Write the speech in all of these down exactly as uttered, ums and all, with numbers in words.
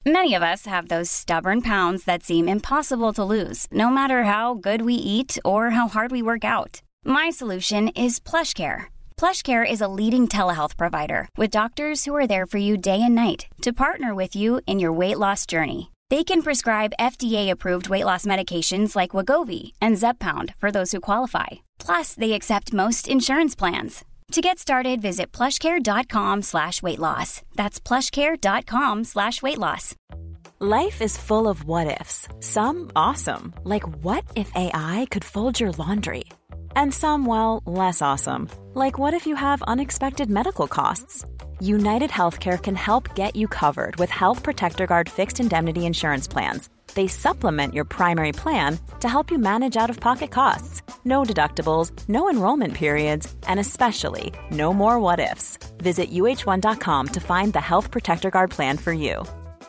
Many of us have those stubborn pounds that seem impossible to lose, no matter how good we eat or how hard we work out. My solution is PlushCare. PlushCare is a leading telehealth provider with doctors who are there for you day and night to partner with you in your weight loss journey. They can prescribe F D A-approved weight loss medications like Wegovy and Zepbound for those who qualify. Plus, they accept most insurance plans. To get started, visit plushcare.com slash weight loss. That's plushcare.com slash weight loss. Life is full of what-ifs. Some awesome, like what if A I could fold your laundry? And some, well, less awesome, like what if you have unexpected medical costs? United Healthcare can help get you covered with Health Protector Guard fixed indemnity insurance plans. They supplement your primary plan to help you manage out-of-pocket costs. No deductibles, no enrollment periods, and especially no more what-ifs. Visit U H one dot com to find the Health Protector Guard plan for you.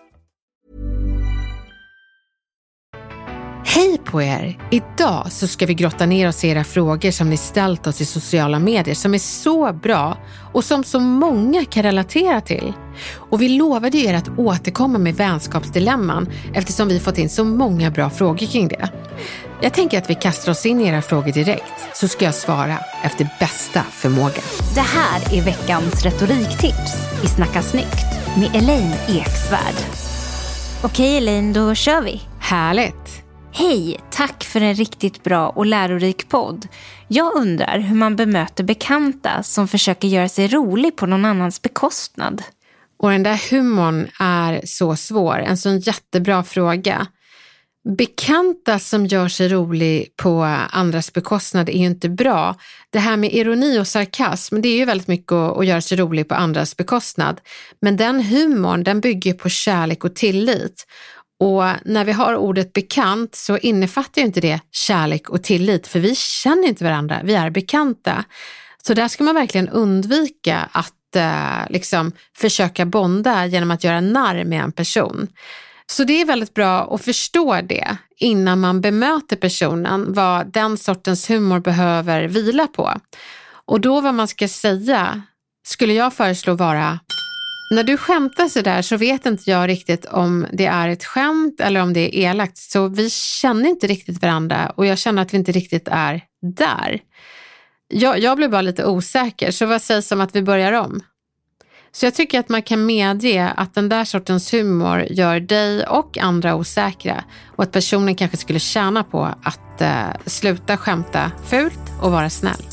Hej på er! Idag så ska vi grotta ner oss i era frågor som ni ställt oss i sociala medier som är så bra och som så många kan relatera till. Och vi lovade er att återkomma med vänskapsdilemman eftersom vi fått in så många bra frågor kring det. Jag tänker att vi kastar oss in i era frågor direkt så ska jag svara efter bästa förmåga. Det här är veckans retoriktips i Snacka snyggt med Elaine Eksvärd. Okej Elaine, då kör vi. Härligt! Hej, tack för en riktigt bra och lärorik podd. Jag undrar hur man bemöter bekanta som försöker göra sig rolig på någon annans bekostnad. Och den där humorn är så svår, en sån jättebra fråga. Bekanta som gör sig rolig på andras bekostnad är ju inte bra. Det här med ironi och sarkasm, det är ju väldigt mycket att, att göra sig rolig på andras bekostnad. Men den humorn, den bygger på kärlek och tillit. Och när vi har ordet bekant så innefattar ju inte det kärlek och tillit, för vi känner inte varandra, vi är bekanta. Så där ska man verkligen undvika att eh, liksom försöka bonda genom att göra narr med en person. Så det är väldigt bra att förstå det innan man bemöter personen, vad den sortens humor behöver vila på. Och då vad man ska säga skulle jag föreslå vara: när du skämtar så där så vet inte jag riktigt om det är ett skämt eller om det är elakt. Så vi känner inte riktigt varandra och jag känner att vi inte riktigt är där. Jag, jag blir bara lite osäker, så vad sägs om att vi börjar om? Så jag tycker att man kan medge att den där sortens humor gör dig och andra osäkra och att personen kanske skulle tjäna på att eh, sluta skämta fult och vara snäll.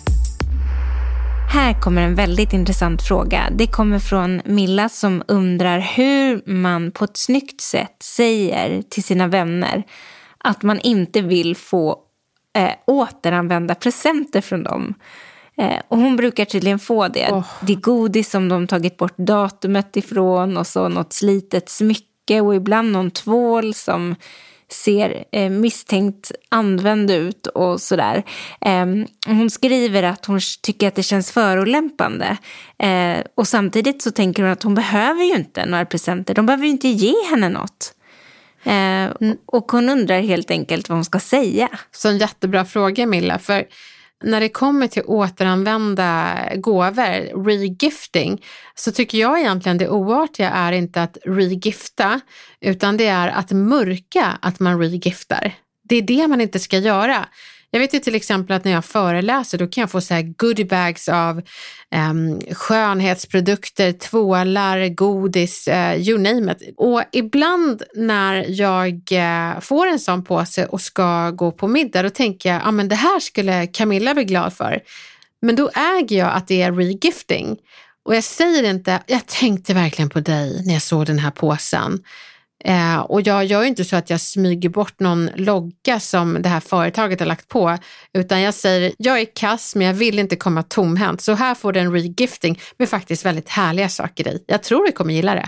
Här kommer en väldigt intressant fråga. Det kommer från Milla som undrar hur man på ett snyggt sätt säger till sina vänner att man inte vill få eh, återanvända presenter från dem. Eh, och hon brukar tydligen få det. Oh. Det är godis som de tagit bort datumet ifrån och så något slitet smycke och ibland någon tvål som ser eh, misstänkt använd ut och sådär. Eh, hon skriver att hon tycker att det känns förolämpande. Eh, och samtidigt så tänker hon att hon behöver ju inte några presenter. De behöver ju inte ge henne något. Eh, mm. Och hon undrar helt enkelt vad hon ska säga. Så en jättebra fråga, Milla, för när det kommer till återanvända gåvor, regifting, så tycker jag egentligen det oartiga är inte att regifta, utan det är att mörka att man regiftar. Det är det man inte ska göra. Jag vet ju till exempel att när jag föreläser då kan jag få så här goodiebags av um, skönhetsprodukter, tvålar, godis, uh, you name it. Och ibland när jag uh, får en sån påse och ska gå på middag, då tänker jag, ja ah, men det här skulle Camilla bli glad för. Men då äger jag att det är regifting. Och jag säger inte, jag tänkte verkligen på dig när jag såg den här påsen. Eh, och jag gör ju inte så att jag smyger bort någon logga som det här företaget har lagt på, utan jag säger, jag är kass men jag vill inte komma tomhänt, så här får du en regifting med faktiskt väldigt härliga saker i. Jag tror du kommer gilla det.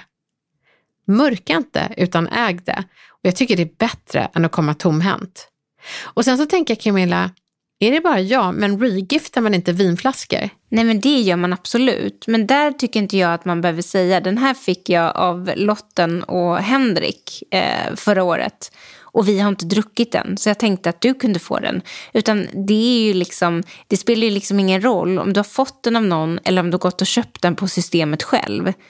Mörka inte utan äg det, och jag tycker det är bättre än att komma tomhänt. Och sen så tänker jag, Camilla, är det bara jag, men regiftar man inte vinflaskor? Nej, men det gör man absolut. Men där tycker inte jag att man behöver säga, den här fick jag av Lotten och Henrik eh, förra året. Och vi har inte druckit den, så jag tänkte att du kunde få den. Utan det är ju liksom, det spelar ju liksom ingen roll om du har fått den av någon eller om du har gått och köpt den på systemet själv.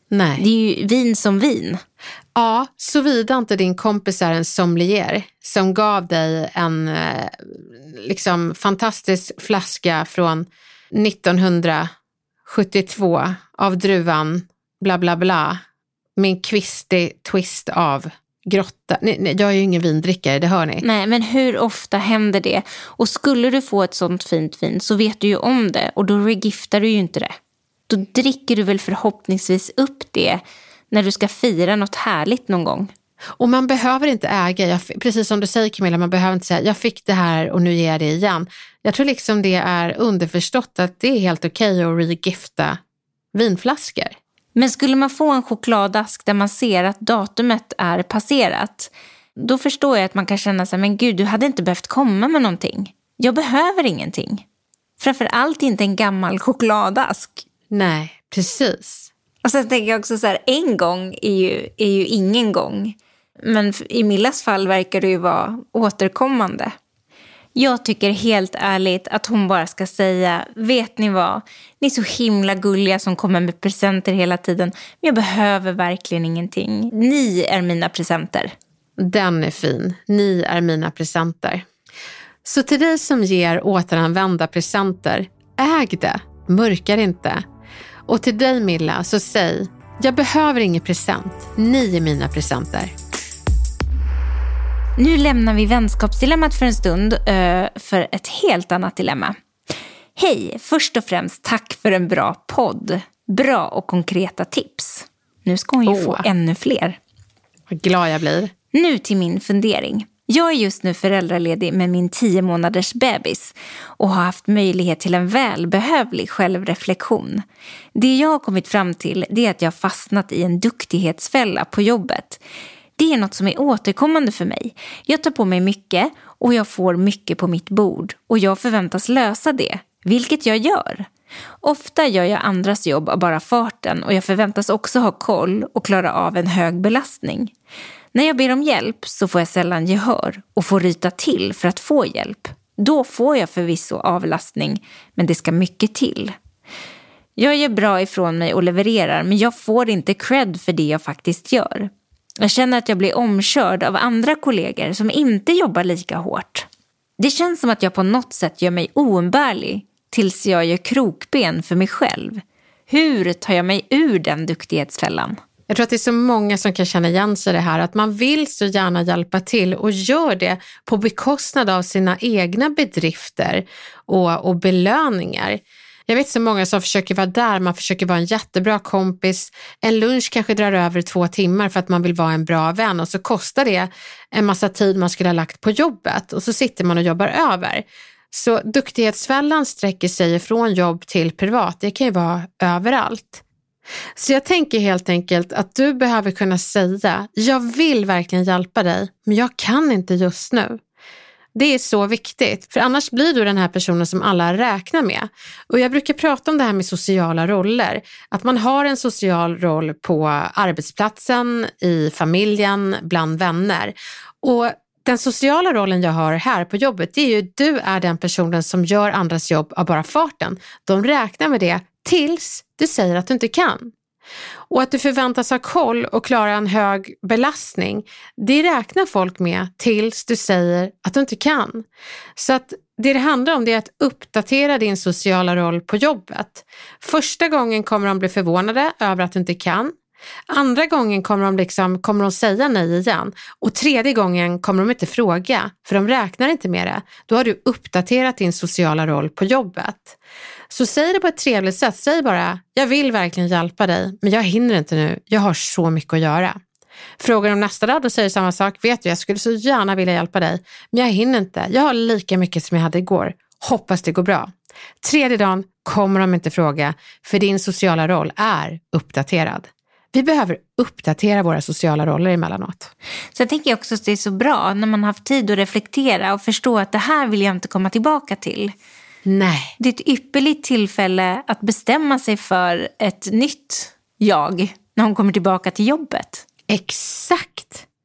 Nej. Det är ju vin som vin. Ja, såvida inte din kompis är en sommelier som gav dig en eh, liksom fantastisk flaska från nittonhundrasjuttiotvå av druvan bla bla bla med en kvistig twist av grotta. Nej, nej, jag är ju ingen vindrickare, det hör ni. Nej, men hur ofta händer det? Och skulle du få ett sånt fint vin så vet du ju om det och då regiftar du ju inte det. Då dricker du väl förhoppningsvis upp det när du ska fira något härligt någon gång. Och man behöver inte äga, jag, precis som du säger Camilla, man behöver inte säga jag fick det här och nu ger jag det igen. Jag tror liksom det är underförstått att det är helt okej att regifta vinflaskor. Men skulle man få en chokladask där man ser att datumet är passerat, då förstår jag att man kan känna sig, men gud, du hade inte behövt komma med någonting. Jag behöver ingenting. Framförallt inte en gammal chokladask. Nej, precis. Och sen tänker jag också så här, en gång är ju, är ju ingen gång. Men i Millas fall verkar det ju vara återkommande. Jag tycker helt ärligt att hon bara ska säga, vet ni vad? Ni är så himla gulliga som kommer med presenter hela tiden. Men jag behöver verkligen ingenting. Ni är mina presenter. Den är fin. Ni är mina presenter. Så till dig som ger återanvända presenter, äg det. Mörkar inte. Och till dig Milla, så säg, jag behöver ingen present. Ni är mina presenter. Nu lämnar vi vänskapsdilemmat för en stund uh, för ett helt annat dilemma. Hej, först och främst tack för en bra podd. Bra och konkreta tips. Nu ska hon ju oh. få ännu fler. Vad glad jag blir. Nu till min fundering. Jag är just nu föräldraledig med min tio månaders bebis och har haft möjlighet till en välbehövlig självreflektion. Det jag har kommit fram till det är att jag har fastnat i en duktighetsfälla på jobbet. Det är något som är återkommande för mig. Jag tar på mig mycket och jag får mycket på mitt bord och jag förväntas lösa det, vilket jag gör. Ofta gör jag andras jobb av bara farten och jag förväntas också ha koll och klara av en hög belastning. När jag ber om hjälp så får jag sällan gehör och får ryta till för att få hjälp. Då får jag förvisso avlastning, men det ska mycket till. Jag gör bra ifrån mig och levererar, men jag får inte cred för det jag faktiskt gör. Jag känner att jag blir omkörd av andra kollegor som inte jobbar lika hårt. Det känns som att jag på något sätt gör mig oumbärlig tills jag gör krokben för mig själv. Hur tar jag mig ur den duktighetsfällan? Jag tror att det är så många som kan känna igen sig det här. Att man vill så gärna hjälpa till och gör det på bekostnad av sina egna bedrifter och, och belöningar. Jag vet så många som försöker vara där, man försöker vara en jättebra kompis. En lunch kanske drar över två timmar för att man vill vara en bra vän och så kostar det en massa tid man skulle ha lagt på jobbet och så sitter man och jobbar över. Så duktighetsfällan sträcker sig från jobb till privat, det kan ju vara överallt. Så jag tänker helt enkelt att du behöver kunna säga, jag vill verkligen hjälpa dig, men jag kan inte just nu. Det är så viktigt, för annars blir du den här personen som alla räknar med. Och jag brukar prata om det här med sociala roller. Att man har en social roll på arbetsplatsen, i familjen, bland vänner. Och den sociala rollen jag har här på jobbet, det är ju du är den personen som gör andras jobb av bara farten. De räknar med det tills du säger att du inte kan. Och att du förväntas ha koll och klara en hög belastning, det räknar folk med tills du säger att du inte kan. Så att det det handlar om det är att uppdatera din sociala roll på jobbet. Första gången kommer de bli förvånade över att du inte kan. Andra gången kommer de, liksom, kommer de säga nej igen. Och tredje gången kommer de inte fråga, för de räknar inte med det. Då har du uppdaterat din sociala roll på jobbet. Så säg det på ett trevligt sätt. Säg bara, jag vill verkligen hjälpa dig, men jag hinner inte nu. Jag har så mycket att göra. Frågar de nästa dag, då säger samma sak. Vet du, jag skulle så gärna vilja hjälpa dig, men jag hinner inte. Jag har lika mycket som jag hade igår. Hoppas det går bra. Tredje dagen kommer de inte fråga, för din sociala roll är uppdaterad. Vi behöver uppdatera våra sociala roller emellanåt. Så jag tänker också att det är så bra när man har haft tid att reflektera och förstå att det här vill jag inte komma tillbaka till. Nej. Det är ett ypperligt tillfälle att bestämma sig för ett nytt jag när hon kommer tillbaka till jobbet. Exakt.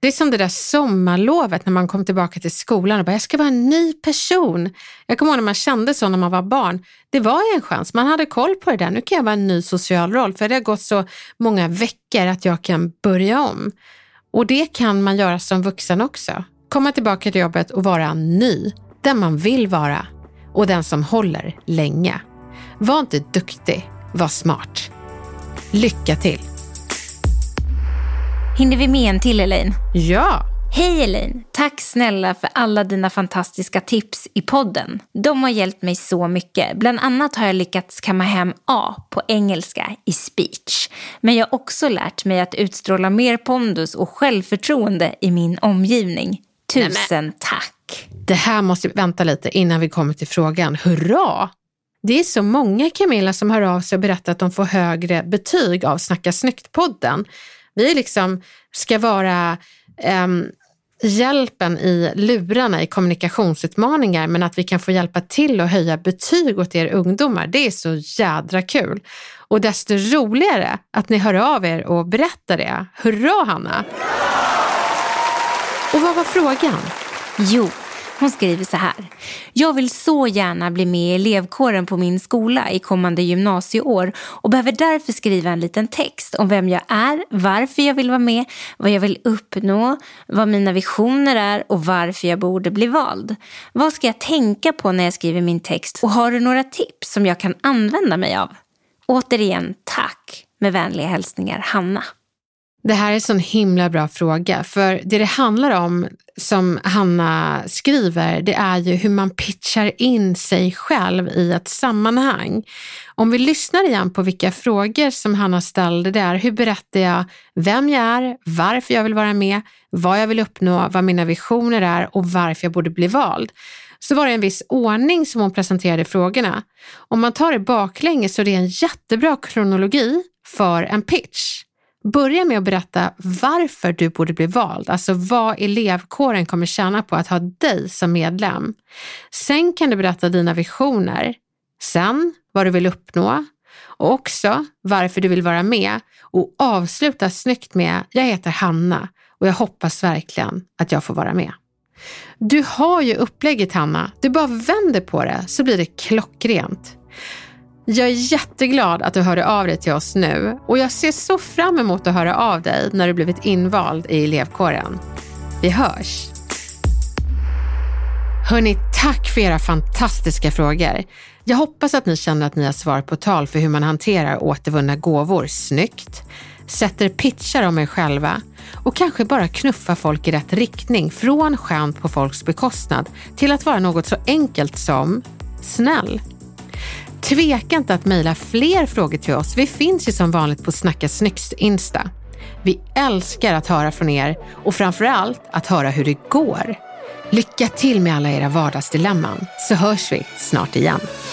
Det är som det där sommarlovet när man kom tillbaka till skolan och bara, jag ska vara en ny person. Jag kommer ihåg när man kände så när man var barn. Det var ju en chans, man hade koll på det där. Nu kan jag vara en ny social roll, för det har gått så många veckor att jag kan börja om. Och det kan man göra som vuxen också. Komma tillbaka till jobbet och vara ny, den man vill vara och den som håller länge. Var inte duktig, var smart. Lycka till! Hinner vi med en till, Elaine? Ja! Hej Elaine, tack snälla för alla dina fantastiska tips i podden. De har hjälpt mig så mycket. Bland annat har jag lyckats kamma hem A på engelska i speech. Men jag har också lärt mig att utstråla mer pondus och självförtroende i min omgivning. Tusen Nämen. tack! Det här måste vi vänta lite innan vi kommer till frågan. Hurra! Det är så många Camilla som hör av sig och berättar att de får högre betyg av Snacka snyggt-podden. Vi liksom ska vara um, hjälpen i lurarna i kommunikationsutmaningar, men att vi kan få hjälpa till att höja betyg åt er ungdomar, det är så jädra kul. Och desto roligare att ni hör av er och berättar det. Hurra, Hanna! Och vad var frågan? Jo, hon skriver så här. Jag vill så gärna bli med i elevkåren på min skola i kommande gymnasieår och behöver därför skriva en liten text om vem jag är, varför jag vill vara med, vad jag vill uppnå, vad mina visioner är och varför jag borde bli vald. Vad ska jag tänka på när jag skriver min text och har du några tips som jag kan använda mig av? Återigen, tack. Med vänliga hälsningar, Hanna. Det här är en sån himla bra fråga, för det det handlar om som Hanna skriver, det är ju hur man pitchar in sig själv i ett sammanhang. Om vi lyssnar igen på vilka frågor som Hanna ställde där, hur berättar jag vem jag är, varför jag vill vara med, vad jag vill uppnå, vad mina visioner är och varför jag borde bli vald. Så var det en viss ordning som hon presenterade frågorna. Om man tar det baklänges så är det en jättebra kronologi för en pitch. Börja med att berätta varför du borde bli vald, alltså vad elevkåren kommer tjäna på att ha dig som medlem. Sen kan du berätta dina visioner, sen vad du vill uppnå och också varför du vill vara med och avsluta snyggt med jag heter Hanna och jag hoppas verkligen att jag får vara med. Du har ju upplägget, Hanna, du bara vänder på det så blir det klockrent. Jag är jätteglad att du hörde av dig till oss nu och jag ser så fram emot att höra av dig när du blivit invald i elevkåren. Vi hörs! Hörrni, tack för era fantastiska frågor. Jag hoppas att ni känner att ni har svar på tal för hur man hanterar återvunna gåvor snyggt, sätter pitchar om er själva och kanske bara knuffar folk i rätt riktning från skämt på folks bekostnad till att vara något så enkelt som snäll. Tveka inte att mejla fler frågor till oss. Vi finns ju som vanligt på Snacka snyggt Insta. Vi älskar att höra från er och framförallt att höra hur det går. Lycka till med alla era vardagsdilemman så hörs vi snart igen.